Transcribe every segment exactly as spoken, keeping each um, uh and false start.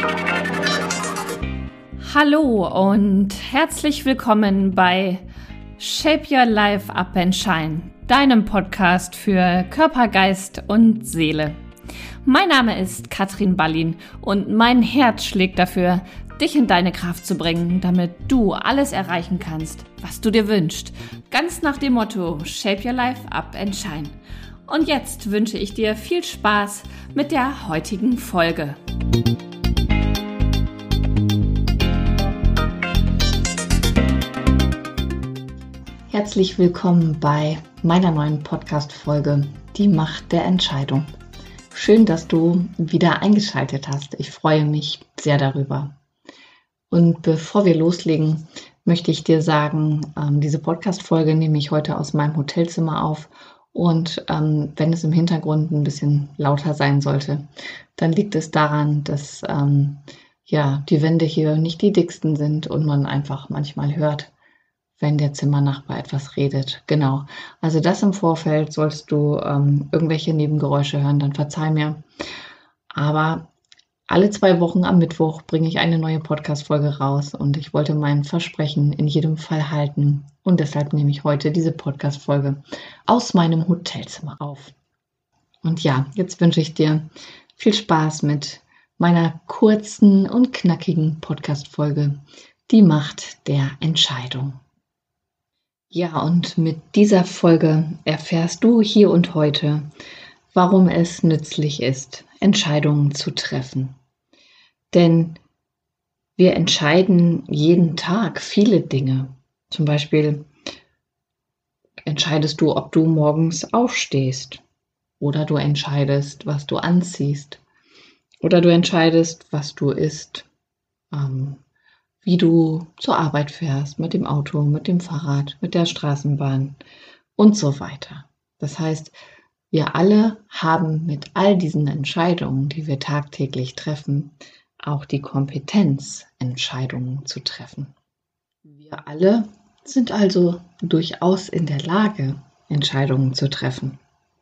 Hallo und herzlich willkommen bei Shape Your Life Up and Shine, deinem Podcast für Körper, Geist und Seele. Mein Name ist Katrin Ballin und mein Herz schlägt dafür, dich in deine Kraft zu bringen, damit du alles erreichen kannst, was du dir wünschst. Ganz nach dem Motto Shape Your Life Up and Shine. Und jetzt wünsche ich dir viel Spaß mit der heutigen Folge. Herzlich willkommen bei meiner neuen Podcast-Folge Die Macht der Entscheidung. Schön, dass du wieder eingeschaltet hast. Ich freue mich sehr darüber. Und bevor wir loslegen, möchte ich dir sagen, ähm, diese Podcast-Folge nehme ich heute aus meinem Hotelzimmer auf. Und ähm, wenn es im Hintergrund ein bisschen lauter sein sollte, dann liegt es daran, dass ähm, ja, die Wände hier nicht die dicksten sind und man einfach manchmal hört, wenn der Zimmernachbar etwas redet. Genau. Also das im Vorfeld, sollst du ähm, irgendwelche Nebengeräusche hören, dann verzeih mir. Aber alle zwei Wochen am Mittwoch bringe ich eine neue Podcast-Folge raus und ich wollte mein Versprechen in jedem Fall halten. Und deshalb nehme ich heute diese Podcast-Folge aus meinem Hotelzimmer auf. Und ja, jetzt wünsche ich dir viel Spaß mit meiner kurzen und knackigen Podcast-Folge Die Macht der Entscheidung. Ja, und mit dieser Folge erfährst du hier und heute, warum es nützlich ist, Entscheidungen zu treffen. Denn wir entscheiden jeden Tag viele Dinge. Zum Beispiel entscheidest du, ob du morgens aufstehst, oder du entscheidest, was du anziehst, oder du entscheidest, was du isst, ähm, wie du zur Arbeit fährst, mit dem Auto, mit dem Fahrrad, mit der Straßenbahn und so weiter. Das heißt, wir alle haben mit all diesen Entscheidungen, die wir tagtäglich treffen, auch die Kompetenz, Entscheidungen zu treffen. Wir alle sind also durchaus in der Lage, Entscheidungen zu treffen.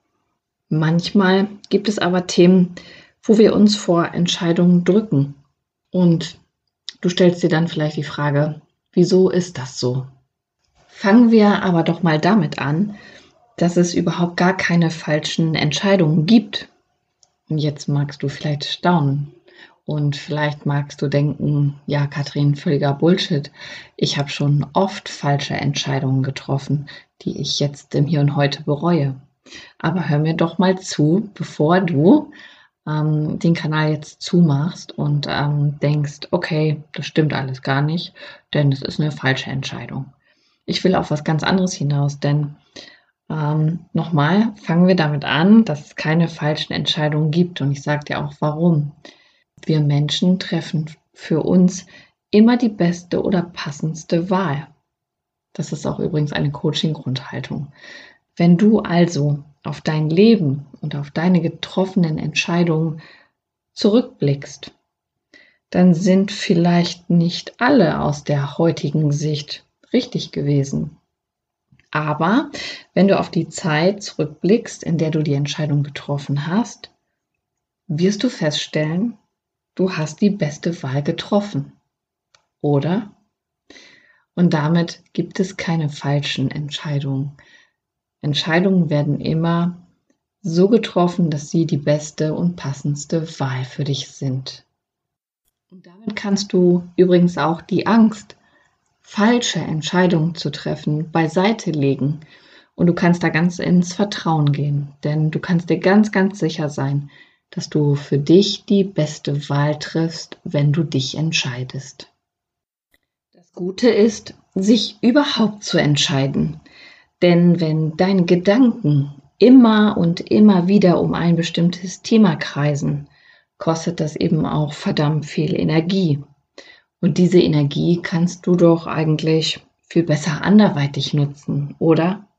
Manchmal gibt es aber Themen, wo wir uns vor Entscheidungen drücken und du stellst dir dann vielleicht die Frage, wieso ist das so? Fangen wir aber doch mal damit an, dass es überhaupt gar keine falschen Entscheidungen gibt. Und jetzt magst du vielleicht staunen und vielleicht magst du denken, ja Katrin, völliger Bullshit. Ich habe schon oft falsche Entscheidungen getroffen, die ich jetzt im Hier und Heute bereue. Aber hör mir doch mal zu, bevor du den Kanal jetzt zumachst und ähm, denkst, okay, das stimmt alles gar nicht, denn es ist eine falsche Entscheidung. Ich will auf was ganz anderes hinaus, denn ähm, nochmal, fangen wir damit an, dass es keine falschen Entscheidungen gibt und ich sage dir auch warum. Wir Menschen treffen für uns immer die beste oder passendste Wahl. Das ist auch übrigens eine Coaching-Grundhaltung. Wenn du also auf dein Leben und auf deine getroffenen Entscheidungen zurückblickst, dann sind vielleicht nicht alle aus der heutigen Sicht richtig gewesen. Aber wenn du auf die Zeit zurückblickst, in der du die Entscheidung getroffen hast, wirst du feststellen, du hast die beste Wahl getroffen. Oder? Und damit gibt es keine falschen Entscheidungen. Entscheidungen werden immer so getroffen, dass sie die beste und passendste Wahl für dich sind. Und damit kannst du übrigens auch die Angst, falsche Entscheidungen zu treffen, beiseite legen. Und du kannst da ganz ins Vertrauen gehen, denn du kannst dir ganz, ganz sicher sein, dass du für dich die beste Wahl triffst, wenn du dich entscheidest. Das Gute ist, sich überhaupt zu entscheiden. Denn wenn deine Gedanken immer und immer wieder um ein bestimmtes Thema kreisen, kostet das eben auch verdammt viel Energie. Und diese Energie kannst du doch eigentlich viel besser anderweitig nutzen, oder?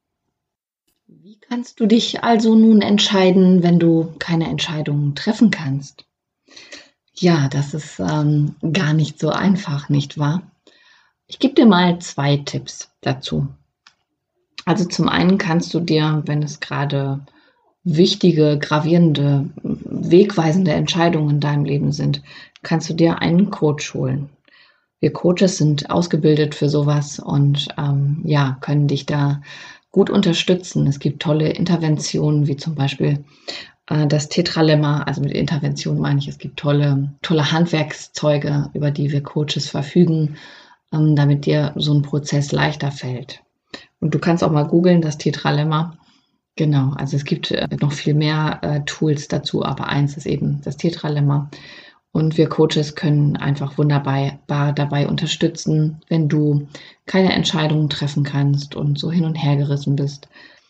Wie kannst du dich also nun entscheiden, wenn du keine Entscheidungen treffen kannst? Ja, das ist ähm, gar nicht so einfach, nicht wahr? Ich gebe dir mal zwei Tipps dazu. Also zum einen kannst du dir, wenn es gerade wichtige, gravierende, wegweisende Entscheidungen in deinem Leben sind, kannst du dir einen Coach holen. Wir Coaches sind ausgebildet für sowas und ähm, ja, können dich da gut unterstützen. Es gibt tolle Interventionen, wie zum Beispiel äh, das Tetralemma. Also mit Intervention meine ich, es gibt tolle, tolle Handwerkszeuge, über die wir Coaches verfügen, ähm, damit dir so ein Prozess leichter fällt. Und du kannst auch mal googeln, das Tetralemma. Genau, also es gibt äh, noch viel mehr äh, Tools dazu, aber eins ist eben das Tetralemma. Und wir Coaches können einfach wunderbar dabei unterstützen, wenn du keine Entscheidungen treffen kannst und so hin und her gerissen bist.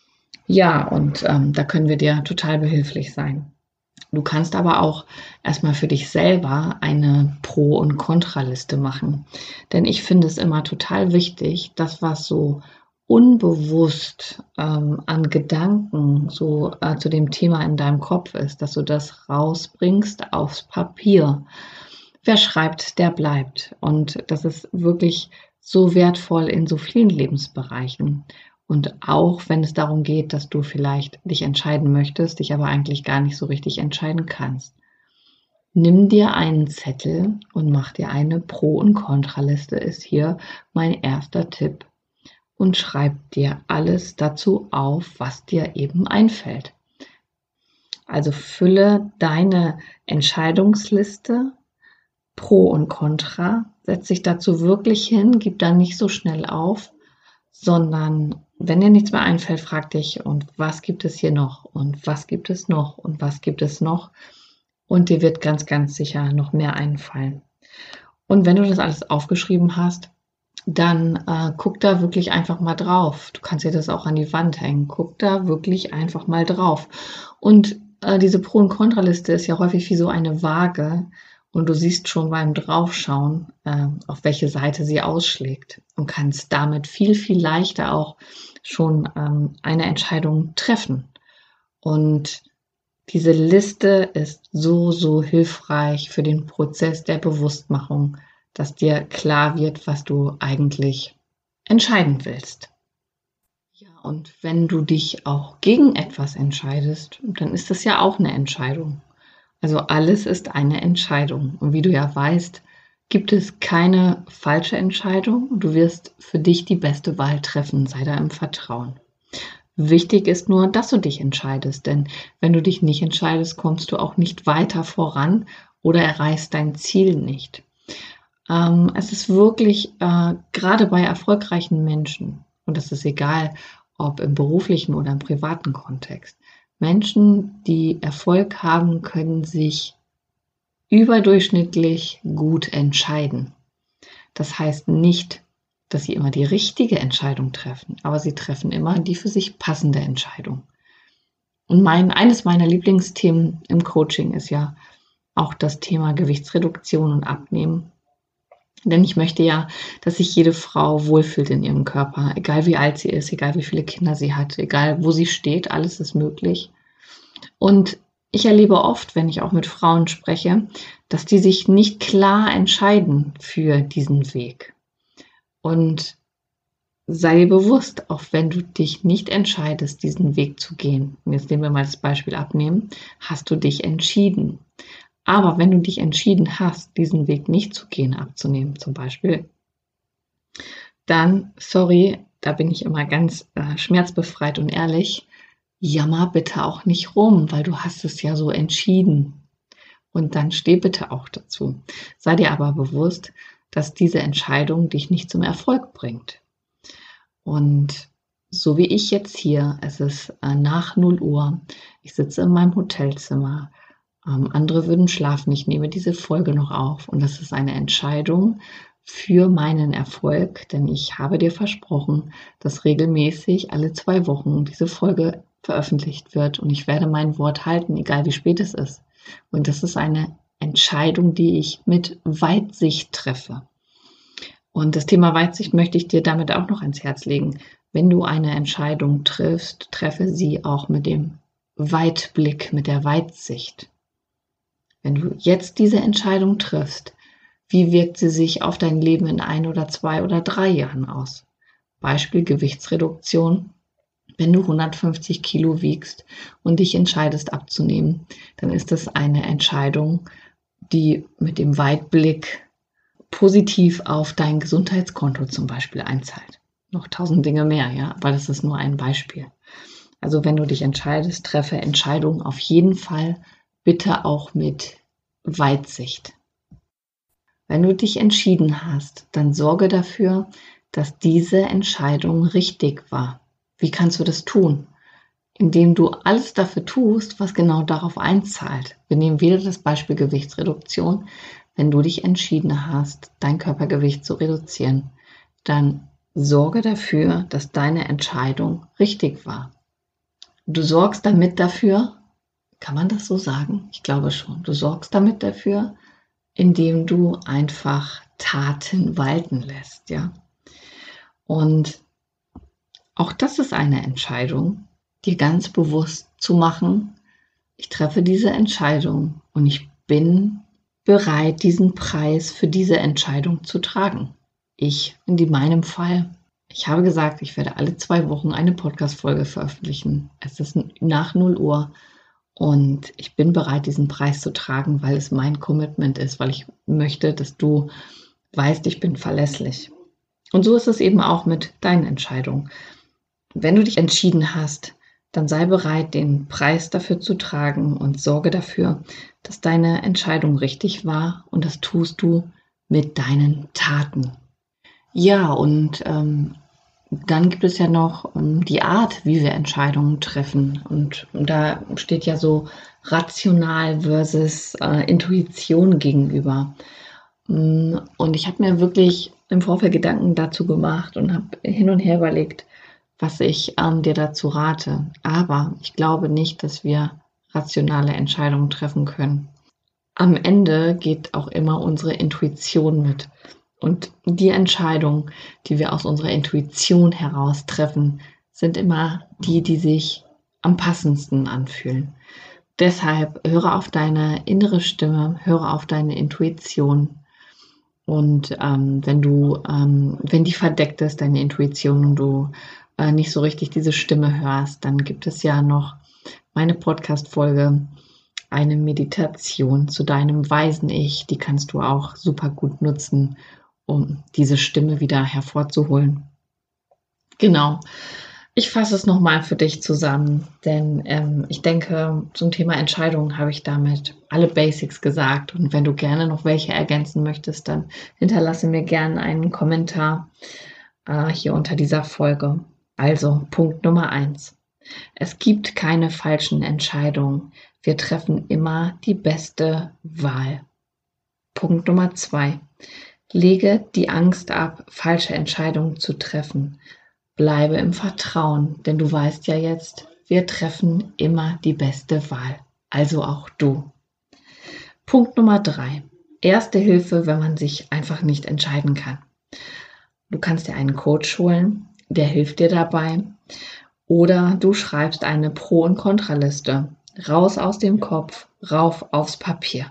Ja, und ähm, da können wir dir total behilflich sein. Du kannst aber auch erstmal für dich selber eine Pro- und Kontraliste machen. Denn ich finde es immer total wichtig, das, was so unbewusst ähm, an Gedanken so äh, zu dem Thema in deinem Kopf ist, dass du das rausbringst aufs Papier. Wer schreibt, der bleibt. Und das ist wirklich so wertvoll in so vielen Lebensbereichen. Und auch wenn es darum geht, dass du vielleicht dich entscheiden möchtest, dich aber eigentlich gar nicht so richtig entscheiden kannst. Nimm dir einen Zettel und mach dir eine Pro- und Kontraliste, ist hier mein erster Tipp. Und schreib dir alles dazu auf, was dir eben einfällt. Also fülle deine Entscheidungsliste Pro und Contra, setz dich dazu wirklich hin, gib da nicht so schnell auf, sondern wenn dir nichts mehr einfällt, frag dich, und was gibt es hier noch und was gibt es noch und was gibt es noch, und dir wird ganz, ganz sicher noch mehr einfallen. Und wenn du das alles aufgeschrieben hast, dann äh, guck da wirklich einfach mal drauf. Du kannst dir das auch an die Wand hängen. Guck da wirklich einfach mal drauf. Und äh, diese Pro- und Kontraliste ist ja häufig wie so eine Waage. Und du siehst schon beim Draufschauen, äh, auf welche Seite sie ausschlägt. Und kannst damit viel, viel leichter auch schon ähm, eine Entscheidung treffen. Und diese Liste ist so, so hilfreich für den Prozess der Bewusstmachung, dass dir klar wird, was du eigentlich entscheiden willst. Ja, und wenn du dich auch gegen etwas entscheidest, dann ist das ja auch eine Entscheidung. Also alles ist eine Entscheidung. Und wie du ja weißt, gibt es keine falsche Entscheidung. Du wirst für dich die beste Wahl treffen, sei da im Vertrauen. Wichtig ist nur, dass du dich entscheidest, denn wenn du dich nicht entscheidest, kommst du auch nicht weiter voran oder erreichst dein Ziel nicht. Ähm, es ist wirklich, äh, gerade bei erfolgreichen Menschen, und das ist egal, ob im beruflichen oder im privaten Kontext, Menschen, die Erfolg haben, können sich überdurchschnittlich gut entscheiden. Das heißt nicht, dass sie immer die richtige Entscheidung treffen, aber sie treffen immer die für sich passende Entscheidung. Und mein, eines meiner Lieblingsthemen im Coaching ist ja auch das Thema Gewichtsreduktion und Abnehmen. Denn ich möchte ja, dass sich jede Frau wohlfühlt in ihrem Körper, egal wie alt sie ist, egal wie viele Kinder sie hat, egal wo sie steht, alles ist möglich. Und ich erlebe oft, wenn ich auch mit Frauen spreche, dass die sich nicht klar entscheiden für diesen Weg. Und sei dir bewusst, auch wenn du dich nicht entscheidest, diesen Weg zu gehen, und jetzt nehmen wir mal das Beispiel Abnehmen, hast du dich entschieden. Aber wenn du dich entschieden hast, diesen Weg nicht zu gehen, abzunehmen zum Beispiel, dann, sorry, da bin ich immer ganz äh, schmerzbefreit und ehrlich, jammer bitte auch nicht rum, weil du hast es ja so entschieden. Und dann steh bitte auch dazu. Sei dir aber bewusst, dass diese Entscheidung dich nicht zum Erfolg bringt. Und so wie ich jetzt hier, es ist äh, nach null Uhr, ich sitze in meinem Hotelzimmer, ähm, andere würden schlafen, ich nehme diese Folge noch auf und das ist eine Entscheidung für meinen Erfolg, denn ich habe dir versprochen, dass regelmäßig alle zwei Wochen diese Folge veröffentlicht wird und ich werde mein Wort halten, egal wie spät es ist. Und das ist eine Entscheidung, die ich mit Weitsicht treffe. Und das Thema Weitsicht möchte ich dir damit auch noch ans Herz legen. Wenn du eine Entscheidung triffst, treffe sie auch mit dem Weitblick, mit der Weitsicht. Wenn du jetzt diese Entscheidung triffst, wie wirkt sie sich auf dein Leben in ein oder zwei oder drei Jahren aus? Beispiel Gewichtsreduktion. Wenn du hundertfünfzig Kilo wiegst und dich entscheidest abzunehmen, dann ist das eine Entscheidung, die mit dem Weitblick positiv auf dein Gesundheitskonto zum Beispiel einzahlt. Noch tausend Dinge mehr, ja, aber das ist nur ein Beispiel. Also wenn du dich entscheidest, treffe Entscheidungen auf jeden Fall bitte auch mit Weitsicht. Wenn du dich entschieden hast, dann sorge dafür, dass diese Entscheidung richtig war. Wie kannst du das tun? Indem du alles dafür tust, was genau darauf einzahlt. Wir nehmen wieder das Beispiel Gewichtsreduktion. Wenn du dich entschieden hast, dein Körpergewicht zu reduzieren, dann sorge dafür, dass deine Entscheidung richtig war. Du sorgst damit dafür, kann man das so sagen? Ich glaube schon. Du sorgst damit dafür, indem du einfach Taten walten lässt, ja. Und auch das ist eine Entscheidung, dir ganz bewusst zu machen, ich treffe diese Entscheidung und ich bin bereit, diesen Preis für diese Entscheidung zu tragen. Ich, in meinem Fall, ich habe gesagt, ich werde alle zwei Wochen eine Podcast-Folge veröffentlichen. Es ist nach null Uhr und ich bin bereit, diesen Preis zu tragen, weil es mein Commitment ist, weil ich möchte, dass du weißt, ich bin verlässlich. Und so ist es eben auch mit deinen Entscheidungen. Wenn du dich entschieden hast, dann sei bereit, den Preis dafür zu tragen und sorge dafür, dass deine Entscheidung richtig war und das tust du mit deinen Taten. Ja, und ähm, dann gibt es ja noch ähm, die Art, wie wir Entscheidungen treffen. Und da steht ja so rational versus äh, Intuition gegenüber. Und ich habe mir wirklich im Vorfeld Gedanken dazu gemacht und habe hin und her überlegt, was ich ähm, dir dazu rate. Aber ich glaube nicht, dass wir rationale Entscheidungen treffen können. Am Ende geht auch immer unsere Intuition mit. Und die Entscheidungen, die wir aus unserer Intuition heraus treffen, sind immer die, die sich am passendsten anfühlen. Deshalb höre auf deine innere Stimme, höre auf deine Intuition. Und ähm, wenn du, ähm, wenn die verdeckt ist, deine Intuition, und du äh, nicht so richtig diese Stimme hörst, dann gibt es ja noch meine Podcast-Folge, eine Meditation zu deinem weisen Ich. Die kannst du auch super gut nutzen, um diese Stimme wieder hervorzuholen. Genau. Ich fasse es nochmal für dich zusammen, denn ähm, ich denke, zum Thema Entscheidungen habe ich damit alle Basics gesagt. Und wenn du gerne noch welche ergänzen möchtest, dann hinterlasse mir gerne einen Kommentar äh, hier unter dieser Folge. Also, Punkt Nummer eins. Es gibt keine falschen Entscheidungen. Wir treffen immer die beste Wahl. Punkt Nummer zwei. Lege die Angst ab, falsche Entscheidungen zu treffen. Bleibe im Vertrauen, denn du weißt ja jetzt, wir treffen immer die beste Wahl. Also auch du. Punkt Nummer drei. Erste Hilfe, wenn man sich einfach nicht entscheiden kann. Du kannst dir einen Coach holen, der hilft dir dabei. Oder du schreibst eine Pro- und Kontraliste. Raus aus dem Kopf, rauf aufs Papier.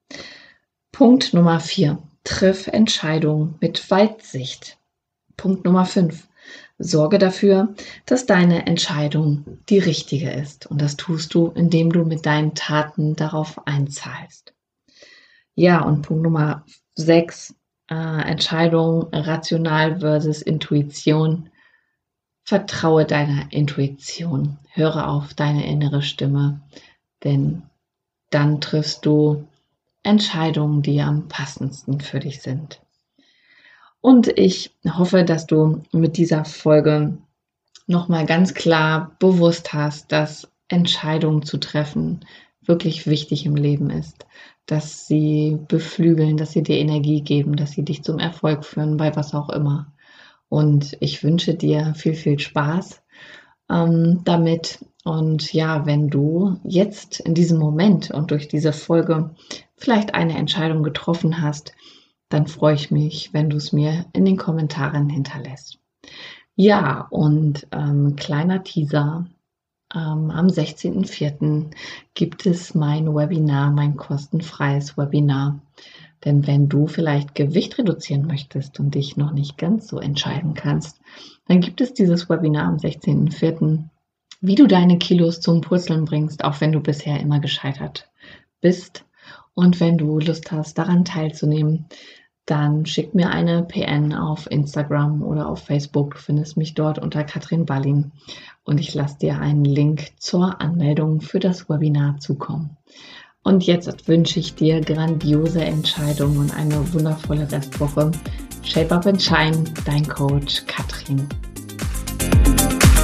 Punkt Nummer vier. Triff Entscheidungen mit Weitsicht. Punkt Nummer fünf. Sorge dafür, dass deine Entscheidung die richtige ist. Und das tust du, indem du mit deinen Taten darauf einzahlst. Ja, und Punkt Nummer sechs. Äh, Entscheidung rational versus Intuition. Vertraue deiner Intuition. Höre auf deine innere Stimme, denn dann triffst du Entscheidungen, die am passendsten für dich sind. Und ich hoffe, dass du mit dieser Folge nochmal ganz klar bewusst hast, dass Entscheidungen zu treffen wirklich wichtig im Leben ist, dass sie beflügeln, dass sie dir Energie geben, dass sie dich zum Erfolg führen, bei was auch immer. Und ich wünsche dir viel, viel Spaß ähm, damit. Und ja, wenn du jetzt in diesem Moment und durch diese Folge vielleicht eine Entscheidung getroffen hast, dann freue ich mich, wenn du es mir in den Kommentaren hinterlässt. Ja, und ähm, kleiner Teaser. Ähm, am sechzehnten vierten gibt es mein Webinar, mein kostenfreies Webinar Denn wenn du vielleicht Gewicht reduzieren möchtest und dich noch nicht ganz so entscheiden kannst, dann gibt es dieses Webinar am sechzehnten vierten, wie du deine Kilos zum Purzeln bringst, auch wenn du bisher immer gescheitert bist. Und wenn du Lust hast, daran teilzunehmen, dann schick mir eine P N auf Instagram oder auf Facebook. Du findest mich dort unter Katrin Ballin und ich lasse dir einen Link zur Anmeldung für das Webinar zukommen. Und jetzt wünsche ich dir grandiose Entscheidungen und eine wundervolle Restwoche. Shape Up and Shine, dein Coach Katrin.